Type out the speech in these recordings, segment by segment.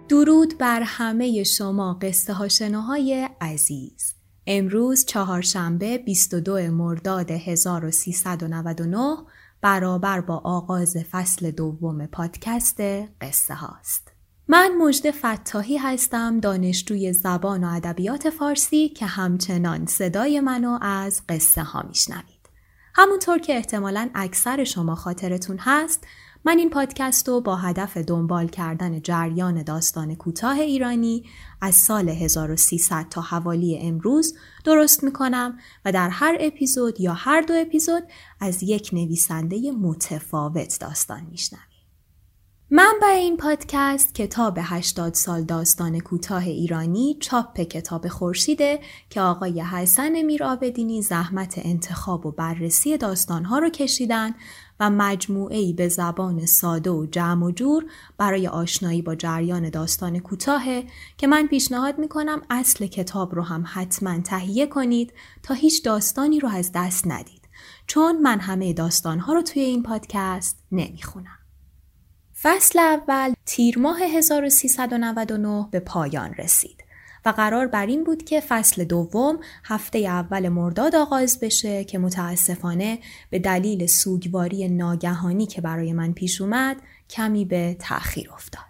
درود بر همه شما قصه ها شنوهای عزیز. امروز چهارشنبه 22 مرداد 1399 برابر با آغاز فصل دوم پادکست قصه هاست. من مژده فتاحی هستم، دانشجوی زبان و ادبیات فارسی که همچنان صدای منو از قصه ها میشنوید. همونطور که احتمالاً اکثر شما خاطرتون هست، من این پادکست رو با هدف دنبال کردن جریان داستان کوتاه ایرانی از سال 1300 تا حوالی امروز درست میکنم و در هر اپیزود یا هر دو اپیزود از یک نویسنده متفاوت داستان میشنویم. منبع این پادکست کتاب 80 سال داستان کوتاه ایرانی چاپ کتاب خورشیده که آقای حسن میرعابدینی زحمت انتخاب و بررسی داستانها رو کشیدن و مجموعه‌ای به زبان ساده و جمع و جور برای آشنایی با جریان داستان کوتاهه که من پیشنهاد میکنم اصل کتاب رو هم حتما تهیه کنید تا هیچ داستانی رو از دست ندید، چون من همه داستانها رو توی این پادکست نمیخونم. فصل اول تیر ماه 1399 به پایان رسید و قرار بر این بود که فصل دوم هفته اول مرداد آغاز بشه که متاسفانه به دلیل سوگواری ناگهانی که برای من پیش اومد کمی به تأخیر افتاد.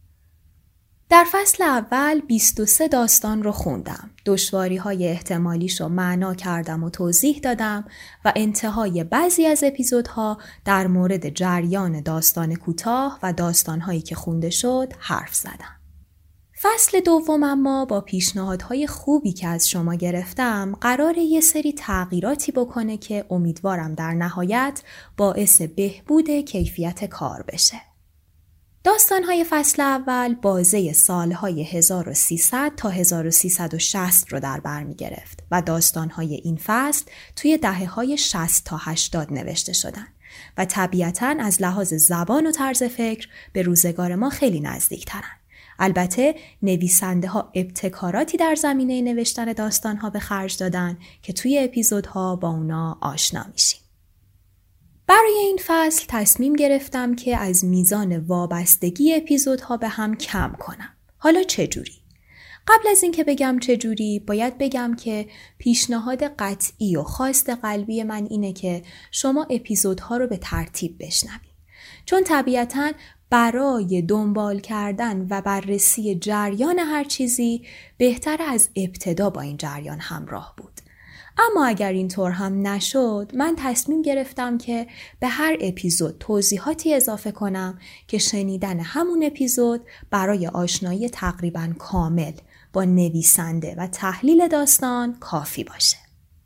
در فصل اول 23 داستان رو خوندم. دشواری‌های احتمالیش رو معنا کردم و توضیح دادم و انتهای بعضی از اپیزودها در مورد جریان داستان کوتاه و داستان‌هایی که خونده شد حرف زدم. فصل دوم اما با پیشنهادهای خوبی که از شما گرفتم قراره یه سری تغییراتی بکنه که امیدوارم در نهایت باعث بهبود کیفیت کار بشه. داستان‌های فصل اول بازه سال‌های 1300 تا 1360 رو در بر می‌گرفت و داستان‌های این فصل توی دهه‌های 60 تا 80 نوشته شدن و طبیعتاً از لحاظ زبان و طرز فکر به روزگار ما خیلی نزدیک‌ترن. البته نویسنده‌ها ابتکاراتی در زمینه نوشتن داستان‌ها به خرج دادن که توی اپیزودها با اونا آشنا میشیم. برای این فصل تصمیم گرفتم که از میزان وابستگی اپیزودها به هم کم کنم. حالا چجوری؟ قبل از اینکه بگم چجوری، باید بگم که پیشنهاد قطعی و خواست قلبی من اینه که شما اپیزودها رو به ترتیب بشنوید. چون طبیعتاً برای دنبال کردن و بررسی جریان هر چیزی بهتر از ابتدا با این جریان همراه بود. اما اگر اینطور هم نشد، من تصمیم گرفتم که به هر اپیزود توضیحاتی اضافه کنم که شنیدن همون اپیزود برای آشنایی تقریباً کامل با نویسنده و تحلیل داستان کافی باشه.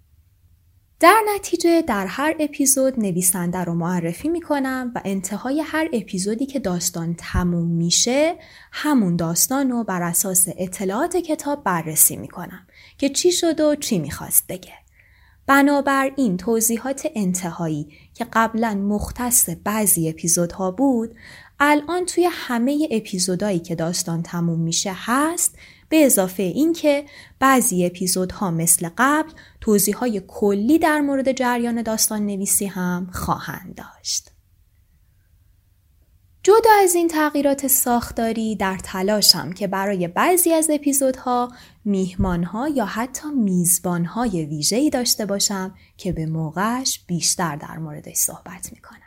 در نتیجه در هر اپیزود نویسنده رو معرفی میکنم و انتهای هر اپیزودی که داستان تموم میشه همون داستان رو بر اساس اطلاعات کتاب بررسی میکنم که چی شد و چی میخواست بگه. بنابراین توضیحات انتهایی که قبلا مختص بعضی اپیزودها بود الان توی همه اپیزودایی که داستان تموم میشه هست، به اضافه این که بعضی اپیزودها مثل قبل توضیحات کلی در مورد جریان داستان نویسی هم خواهند داشت. جدا از این تغییرات ساختاری در تلاشم که برای بعضی از اپیزودها میهمانها یا حتی میزبانهای ویژه‌ای داشته باشم که به موقعش بیشتر در موردش صحبت میکنم.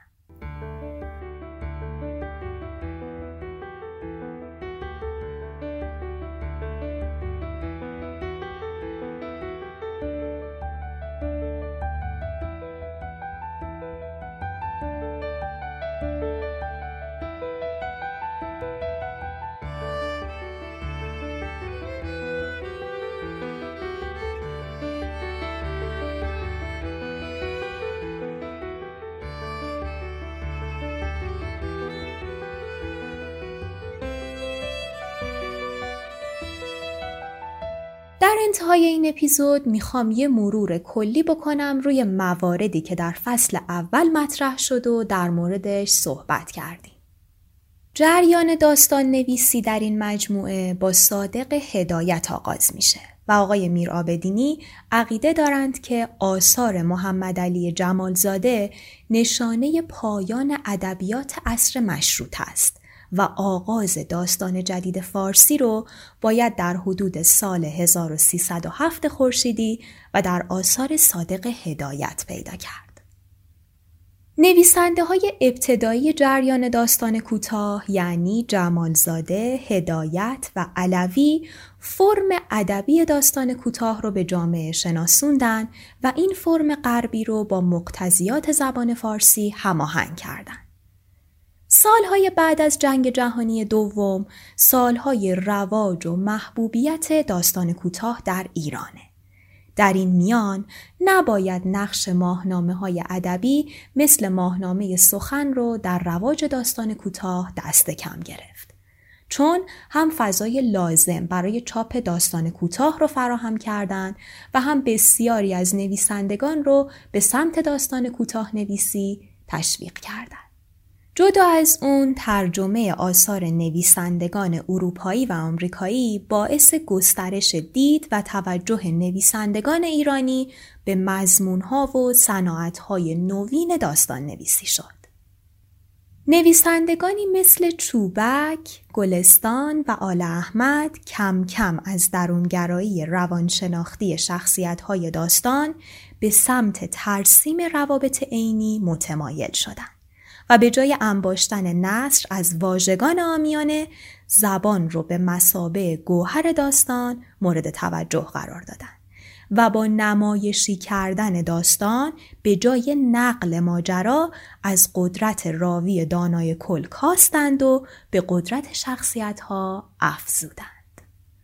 در انتهای این اپیزود میخوام یه مرور کلی بکنم روی مواردی که در فصل اول مطرح شد و در موردش صحبت کردیم. جریان داستان نویسی در این مجموعه با صادق هدایت آغاز میشه و آقای میرعابدینی عقیده دارند که آثار محمدعلی جمالزاده نشانه پایان ادبیات عصر مشروطه است و آغاز داستان جدید فارسی رو باید در حدود سال 1307 خورشیدی و در آثار صادق هدایت پیدا کرد. نویسنده های ابتدایی جریان داستان کوتاه یعنی جمالزاده، هدایت و علوی فرم ادبی داستان کوتاه رو به جامعه شناسوندن و این فرم غربی رو با مقتضیات زبان فارسی هماهنگ کردن. سالهای بعد از جنگ جهانی دوم سالهای رواج و محبوبیت داستان کوتاه در ایرانه. در این میان نباید نقش ماهنامه‌های ادبی مثل ماهنامه سخن رو در رواج داستان کوتاه دست کم گرفت. چون هم فضای لازم برای چاپ داستان کوتاه رو فراهم کردند و هم بسیاری از نویسندگان رو به سمت داستان کوتاه نویسی تشویق کردند. جدا از اون ترجمه آثار نویسندگان اروپایی و آمریکایی باعث گسترش دید و توجه نویسندگان ایرانی به مضمون‌ها و صناعت‌های نوین داستان نویسی شد. نویسندگانی مثل چوبک، گلستان و آل احمد کم کم از درونگرایی روانشناختی شخصیت‌های داستان به سمت ترسیم روابط عینی متمایل شدند. و به جای انباشتن نثر از واژگان عامیانه زبان رو به مثابه گوهر داستان مورد توجه قرار دادن و با نمایشی کردن داستان به جای نقل ماجرا از قدرت راوی دانای کل کاستند و به قدرت شخصیت‌ها افزودند.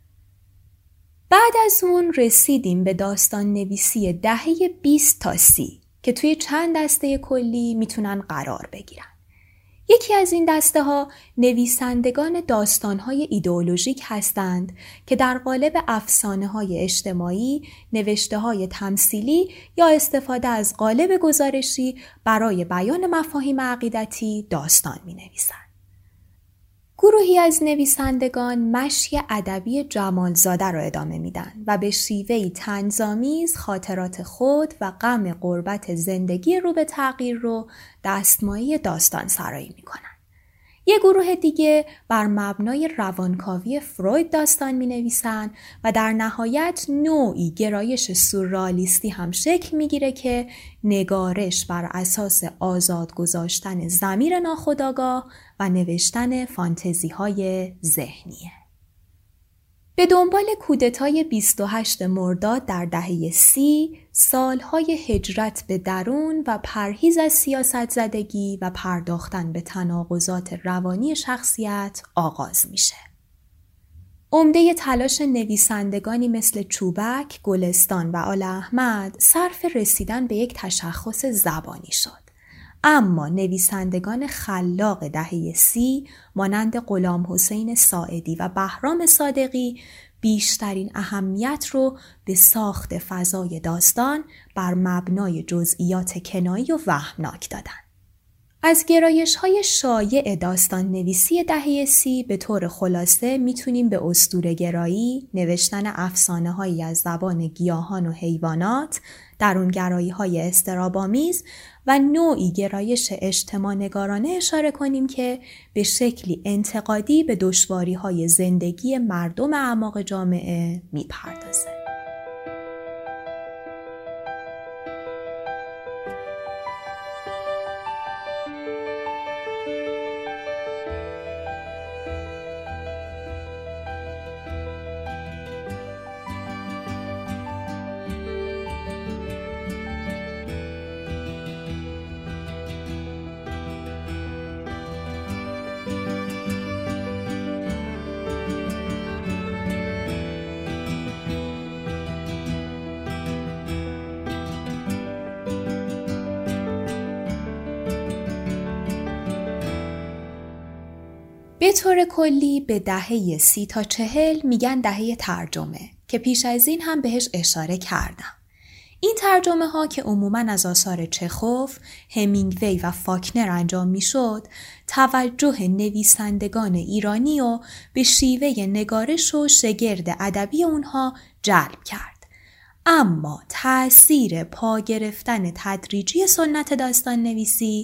بعد از اون رسیدیم به داستان نویسی دهه 20 تا 30 که توی چند دسته کلی میتونن قرار بگیرن. یکی از این دسته ها نویسندگان داستان‌های ایدئولوژیک هستند که در قالب افسانه‌های اجتماعی، نوشته‌های تمثیلی یا استفاده از قالب گزارشی برای بیان مفاهیم عقیدتی داستان می‌نویسند. گروهی از نویسندگان مشی ادبی جمالزاده را ادامه میدن و به شیوهی طنزآمیز خاطرات خود و غم غربت زندگی رو به تغییر رو دستمایه داستان سرایی میکنن. یک گروه دیگه بر مبنای روانکاوی فروید داستان می نویسن و در نهایت نوعی گرایش سورئالیستی هم شکل می گیره که نگارش بر اساس آزاد گذاشتن ضمیر ناخودآگاه و نوشتن فانتزی های ذهنیه. به دنبال کودتای 28 مرداد در دهه 30 سالهای هجرت به درون و پرهیز از سیاست زدگی و پرداختن به تناقضات روانی شخصیت آغاز میشه. عمده تلاش نویسندگانی مثل چوبک، گلستان و آل احمد صرف رسیدن به یک تشخص زبانی شد. اما نویسندگان خلاق دهه 30 مانند غلام حسین ساعدی و بهرام صادقی بیشترین اهمیت رو به ساخت فضای داستان بر مبنای جزئیات کنایی و وهمناک دادن. از گرایش‌های شایع داستان نویسی دهه 30 به طور خلاصه میتونیم به اسطوره‌گرایی، نوشتن افسانه‌هایی از زبان گیاهان و حیوانات، درونگرایی‌های اضطراب‌آمیز و نوعی گرایش اجتماع نگارانه اشاره کنیم که به شکلی انتقادی به دشواری‌های زندگی مردم اعماق جامعه میپردازه. به طور کلی به دهه 30 تا 40 میگن دهه ترجمه که پیش از این هم بهش اشاره کردم. این ترجمه ها که عموماً از آثار چخوف، همینگوی و فاکنر انجام میشد، توجه نویسندگان ایرانی و به شیوه نگارش و شگرد ادبی اونها جلب کرد. اما تأثیر پا گرفتن تدریجی سنت داستان نویسی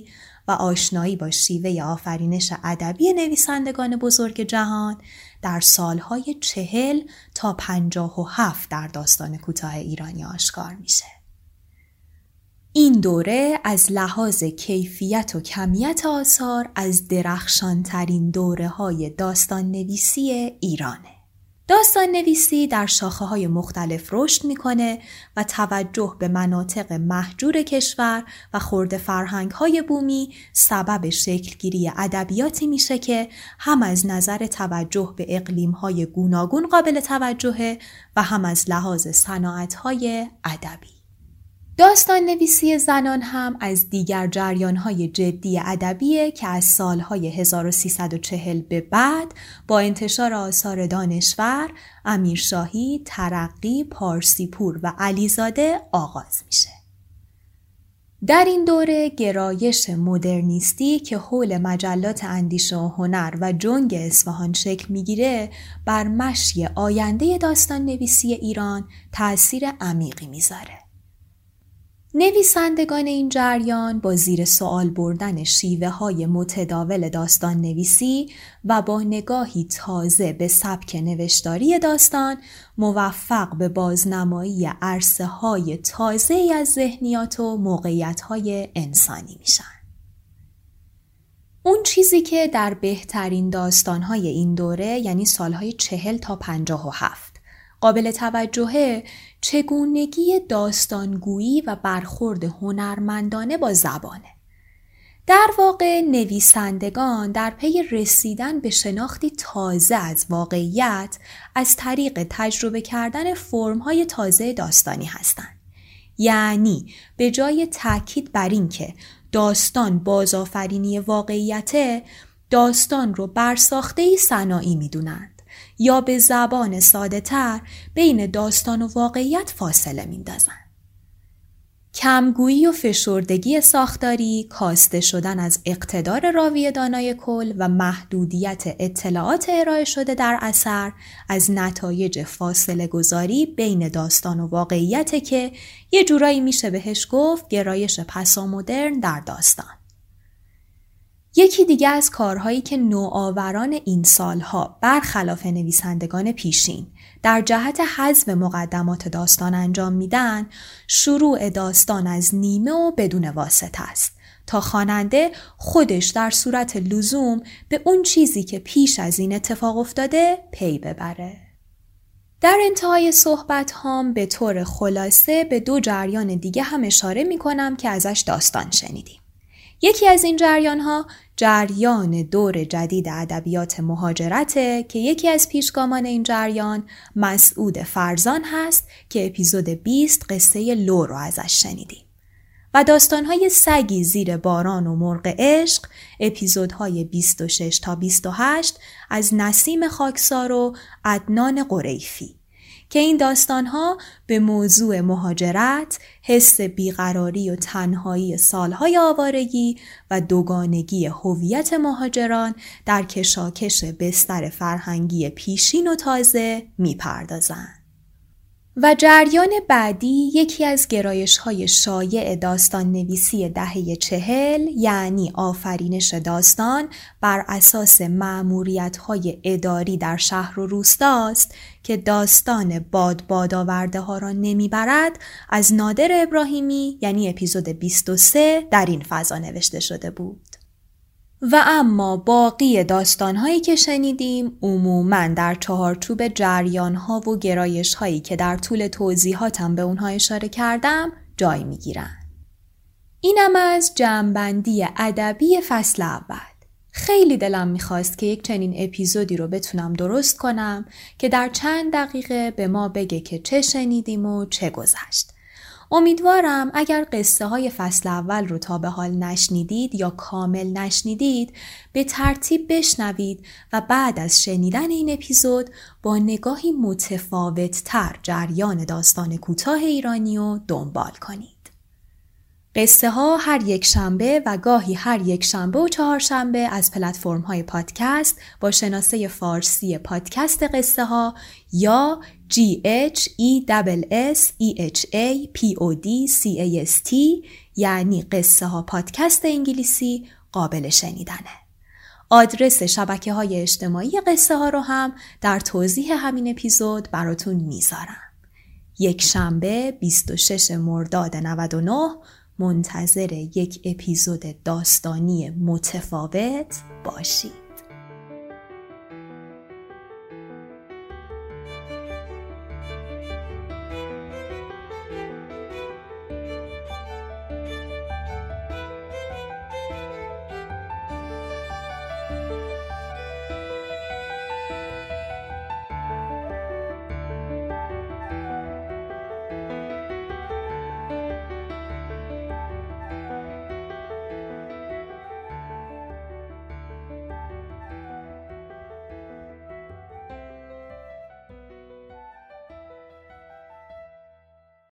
و آشنایی با شیوه آفرینش ادبی نویسندگان بزرگ جهان در سالهای 40 تا 57 در داستان کوتاه ایرانی آشکار میشه. این دوره از لحاظ کیفیت و کمیت آثار از درخشانترین دوره‌های داستان نویسی ایرانه. داستان نویسی در شاخه‌های مختلف رشد میکنه و توجه به مناطق محجور کشور و خرده فرهنگ‌های بومی سبب شکلگیری ادبیاتی میشه که هم از نظر توجه به اقلیم‌های گوناگون قابل توجهه و هم از لحاظ صناعت‌های ادبی. داستان نویسی زنان هم از دیگر جریان‌های جدی ادبیه که از سالهای 1340 به بعد با انتشار آثار دانشور، امیرشاهی، ترقی، پارسیپور و علیزاده آغاز میشه. در این دوره گرایش مدرنیستی که حول مجلات اندیشه و هنر و جنگ اصفهان شکل میگیره بر مشی آینده داستان نویسی ایران تأثیر عمیقی میذاره. نویسندگان این جریان با زیر سوال بردن شیوه‌های متداول داستان نویسی و با نگاهی تازه به سبک نوشتاری داستان موفق به بازنمایی عرصه‌های تازه‌ای از ذهنیات و موقعیت‌های انسانی میشن. اون چیزی که در بهترین داستان‌های این دوره یعنی سالهای 40 تا 57 قابل توجهه چگونگی داستانگویی و برخورد هنرمندانه با زبانه. در واقع نویسندگان در پی رسیدن به شناختی تازه از واقعیت از طریق تجربه کردن فرم‌های تازه داستانی هستند. یعنی به جای تاکید بر این که داستان بازآفرینی واقعیته، داستان رو برساخته‌ای صناعی می‌دونند یا به زبان ساده تر بین داستان و واقعیت فاصله میندازن. کمگویی و فشردگی ساختاری، کاسته شدن از اقتدار راوی دانای کل و محدودیت اطلاعات ارائه شده در اثر از نتایج فاصله گذاری بین داستان و واقعیت که یه جورایی میشه بهش گفت گرایش پسامدرن در داستان. یکی دیگه از کارهایی که نوآوران این سالها برخلاف نویسندگان پیشین در جهت حذف مقدمات داستان انجام میدن، شروع داستان از نیمه و بدون واسطه است تا خواننده خودش در صورت لزوم به اون چیزی که پیش از این اتفاق افتاده پی ببره. در انتهای صحبت هم به طور خلاصه به 2 جریان دیگه هم اشاره میکنم که ازش داستان شنیدیم. یکی از این جریان‌ها جریان دور جدید ادبیات مهاجرته که یکی از پیشگامان این جریان مسعود فرزان هست که اپیزود 20 قصه لو رو ازش شنیدیم. و داستان‌های سگی زیر باران و مرغ عشق اپیزودهای 26 تا 28 از نسیم خاکسار و عدنان قریفی که این داستان‌ها به موضوع مهاجرت، حس بیقراری و تنهایی سالهای آوارگی و دوگانگی هویت مهاجران در کشاکش بستر فرهنگی پیشین و تازه می‌پردازند. و جریان بعدی یکی از گرایش‌های شایع داستان نویسی دهه 40 یعنی آفرینش داستان بر اساس مأموریت‌های اداری در شهر و روستاست که داستان باد آورده ها را نمیبرد از نادر ابراهیمی یعنی اپیزود 23 در این فضا نوشته شده بود. و اما باقی داستان‌هایی که شنیدیم عموماً در چهارچوب جریان‌ها و گرایش‌هایی که در طول توضیحاتم به اونها اشاره کردم جای می‌گیرن. اینم از جمع‌بندی ادبی فصل اول. خیلی دلم می‌خواست که یک چنین اپیزودی رو بتونم درست کنم که در چند دقیقه به ما بگه که چه شنیدیم و چه گذشت. امیدوارم اگر قصه های فصل اول رو تا به حال نشنیدید یا کامل نشنیدید به ترتیب بشنوید و بعد از شنیدن این اپیزود با نگاهی متفاوت تر جریان داستان کوتاه ایرانی رو دنبال کنید. قصه ها هر یک شنبه و گاهی هر یک شنبه و چهارشنبه از پلتفرم های پادکست با شناسه فارسی پادکست قصه ها یا GHESSEHAPODCAST یعنی قصه ها پادکست انگلیسی قابل شنیدنه. آدرس شبکه‌های اجتماعی قصه ها رو هم در توضیح همین اپیزود براتون میذارم. یک شنبه 26 مرداد 99 منتظر یک اپیزود داستانی متفاوت باشید.